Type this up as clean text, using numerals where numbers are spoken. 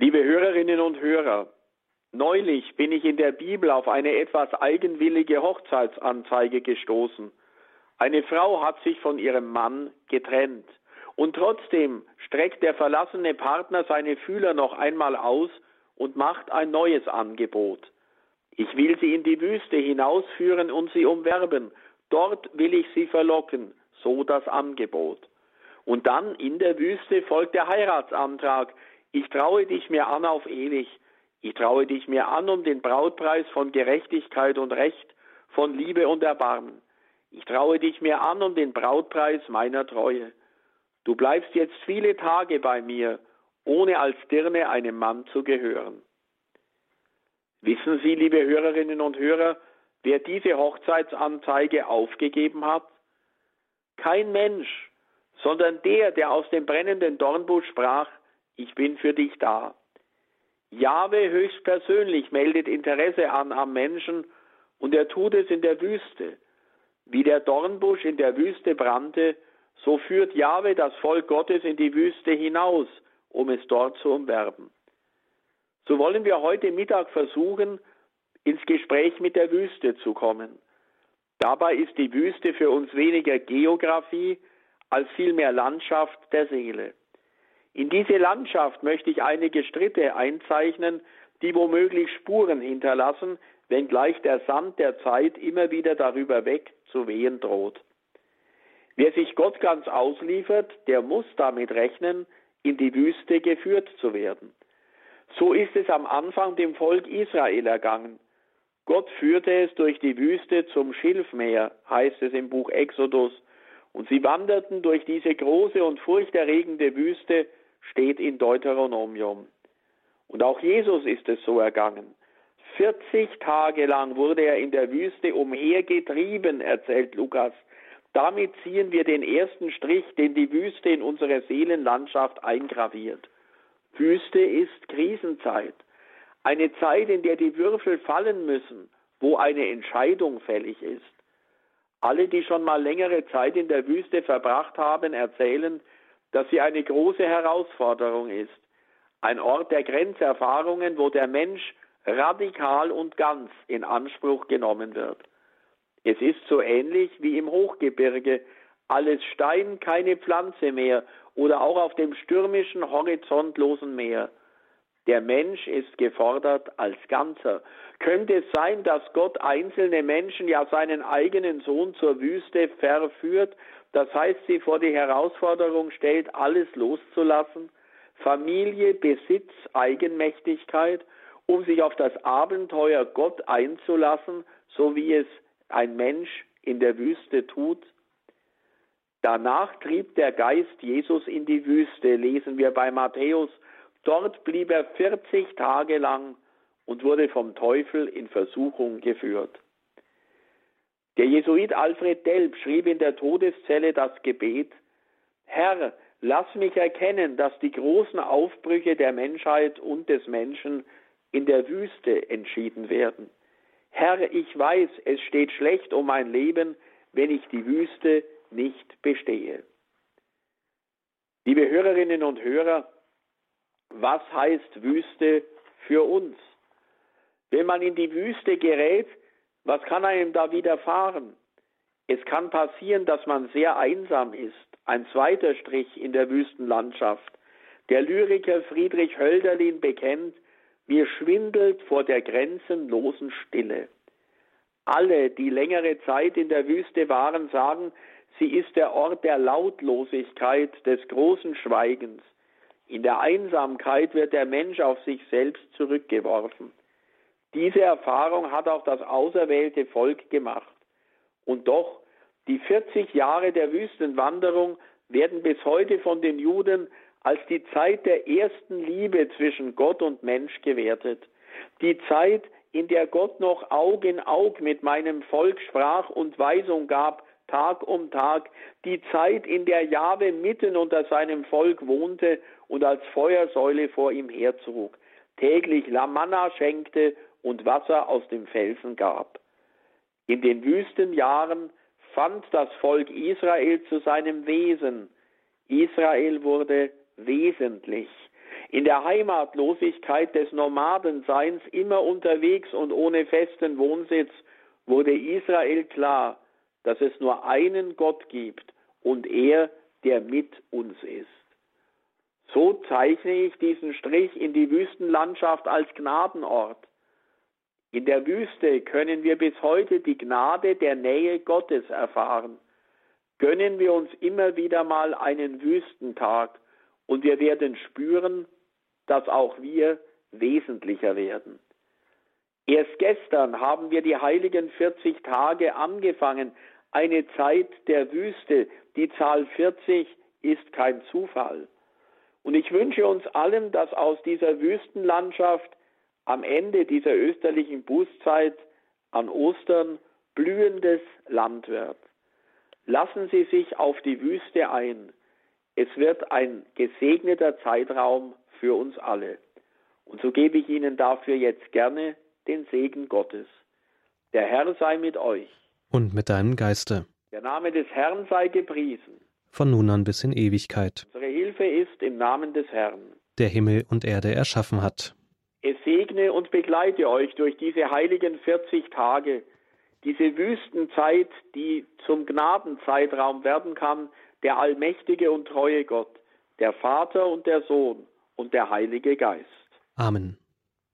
Liebe Hörerinnen und Hörer, neulich bin ich in der Bibel auf eine etwas eigenwillige Hochzeitsanzeige gestoßen. Eine Frau hat sich von ihrem Mann getrennt und trotzdem streckt der verlassene Partner seine Fühler noch einmal aus und macht ein neues Angebot. Ich will sie in die Wüste hinausführen und sie umwerben. Dort will ich sie verlocken, so das Angebot. Und dann in der Wüste folgt der Heiratsantrag. Ich traue dich mir an auf ewig. Ich traue dich mir an um den Brautpreis von Gerechtigkeit und Recht, von Liebe und Erbarmen. Ich traue dich mir an um den Brautpreis meiner Treue. Du bleibst jetzt viele Tage bei mir, ohne als Dirne einem Mann zu gehören. Wissen Sie, liebe Hörerinnen und Hörer, wer diese Hochzeitsanzeige aufgegeben hat? Kein Mensch, sondern der aus dem brennenden Dornbusch sprach: Ich bin für dich da. Jahwe höchstpersönlich meldet Interesse an am Menschen und er tut es in der Wüste. Wie der Dornbusch in der Wüste brannte, so führt Jahwe das Volk Gottes in die Wüste hinaus, um es dort zu umwerben. So wollen wir heute Mittag versuchen, ins Gespräch mit der Wüste zu kommen. Dabei ist die Wüste für uns weniger Geografie als vielmehr Landschaft der Seele. In diese Landschaft möchte ich einige Stritte einzeichnen, die womöglich Spuren hinterlassen, wenngleich der Sand der Zeit immer wieder darüber weg zu wehen droht. Wer sich Gott ganz ausliefert, der muss damit rechnen, in die Wüste geführt zu werden. So ist es am Anfang dem Volk Israel ergangen. Gott führte es durch die Wüste zum Schilfmeer, heißt es im Buch Exodus, und sie wanderten durch diese große und furchterregende Wüste, steht in Deuteronomium. Und auch Jesus ist es so ergangen. 40 Tage lang wurde er in der Wüste umhergetrieben, erzählt Lukas. Damit ziehen wir den ersten Strich, den die Wüste in unsere Seelenlandschaft eingraviert. Wüste ist Krisenzeit. Eine Zeit, in der die Würfel fallen müssen, wo eine Entscheidung fällig ist. Alle, die schon mal längere Zeit in der Wüste verbracht haben, erzählen, dass sie eine große Herausforderung ist. Ein Ort der Grenzerfahrungen, wo der Mensch radikal und ganz in Anspruch genommen wird. Es ist so ähnlich wie im Hochgebirge, alles Stein, keine Pflanze mehr, oder auch auf dem stürmischen, horizontlosen Meer. Der Mensch ist gefordert als Ganzer. Könnte es sein, dass Gott einzelne Menschen, ja seinen eigenen Sohn zur Wüste verführt, das heißt, sie vor die Herausforderung stellt, alles loszulassen? Familie, Besitz, Eigenmächtigkeit, um sich auf das Abenteuer Gott einzulassen, so wie es ein Mensch in der Wüste tut? Danach trieb der Geist Jesus in die Wüste, lesen wir bei Matthäus. Dort blieb er 40 Tage lang und wurde vom Teufel in Versuchung geführt. Der Jesuit Alfred Delp schrieb in der Todeszelle das Gebet: Herr, lass mich erkennen, dass die großen Aufbrüche der Menschheit und des Menschen in der Wüste entschieden werden. Herr, ich weiß, es steht schlecht um mein Leben, wenn ich die Wüste nicht bestehe. Liebe Hörerinnen und Hörer, was heißt Wüste für uns? Wenn man in die Wüste gerät, was kann einem da widerfahren? Es kann passieren, dass man sehr einsam ist. Ein zweiter Strich in der Wüstenlandschaft. Der Lyriker Friedrich Hölderlin bekennt: Mir schwindelt vor der grenzenlosen Stille. Alle, die längere Zeit in der Wüste waren, sagen, sie ist der Ort der Lautlosigkeit, des großen Schweigens. In der Einsamkeit wird der Mensch auf sich selbst zurückgeworfen. Diese Erfahrung hat auch das auserwählte Volk gemacht. Und doch, die 40 Jahre der Wüstenwanderung werden bis heute von den Juden als die Zeit der ersten Liebe zwischen Gott und Mensch gewertet. Die Zeit, in der Gott noch Aug in Aug mit meinem Volk sprach und Weisung gab, Tag um Tag. Die Zeit, in der Jahwe mitten unter seinem Volk wohnte und als Feuersäule vor ihm herzog, täglich Manna schenkte und Wasser aus dem Felsen gab. In den Wüstenjahren fand das Volk Israel zu seinem Wesen. Israel wurde wesentlich. In der Heimatlosigkeit des Nomadenseins, immer unterwegs und ohne festen Wohnsitz, wurde Israel klar, dass es nur einen Gott gibt und er, der mit uns ist. So zeichne ich diesen Strich in die Wüstenlandschaft als Gnadenort. In der Wüste können wir bis heute die Gnade der Nähe Gottes erfahren. Gönnen wir uns immer wieder mal einen Wüstentag und wir werden spüren, dass auch wir wesentlicher werden. Erst gestern haben wir die heiligen 40 Tage angefangen, eine Zeit der Wüste. Die Zahl 40 ist kein Zufall. Und ich wünsche uns allen, dass aus dieser Wüstenlandschaft am Ende dieser österlichen Bußzeit an Ostern blühendes Land wird. Lassen Sie sich auf die Wüste ein. Es wird ein gesegneter Zeitraum für uns alle. Und so gebe ich Ihnen dafür jetzt gerne den Segen Gottes. Der Herr sei mit euch. Und mit deinem Geiste. Der Name des Herrn sei gepriesen. Von nun an bis in Ewigkeit. Unsere Hilfe ist im Namen des Herrn, der Himmel und Erde erschaffen hat. Es segne und begleite euch durch diese heiligen 40 Tage, diese Wüstenzeit, die zum Gnadenzeitraum werden kann, der allmächtige und treue Gott, der Vater und der Sohn und der Heilige Geist. Amen.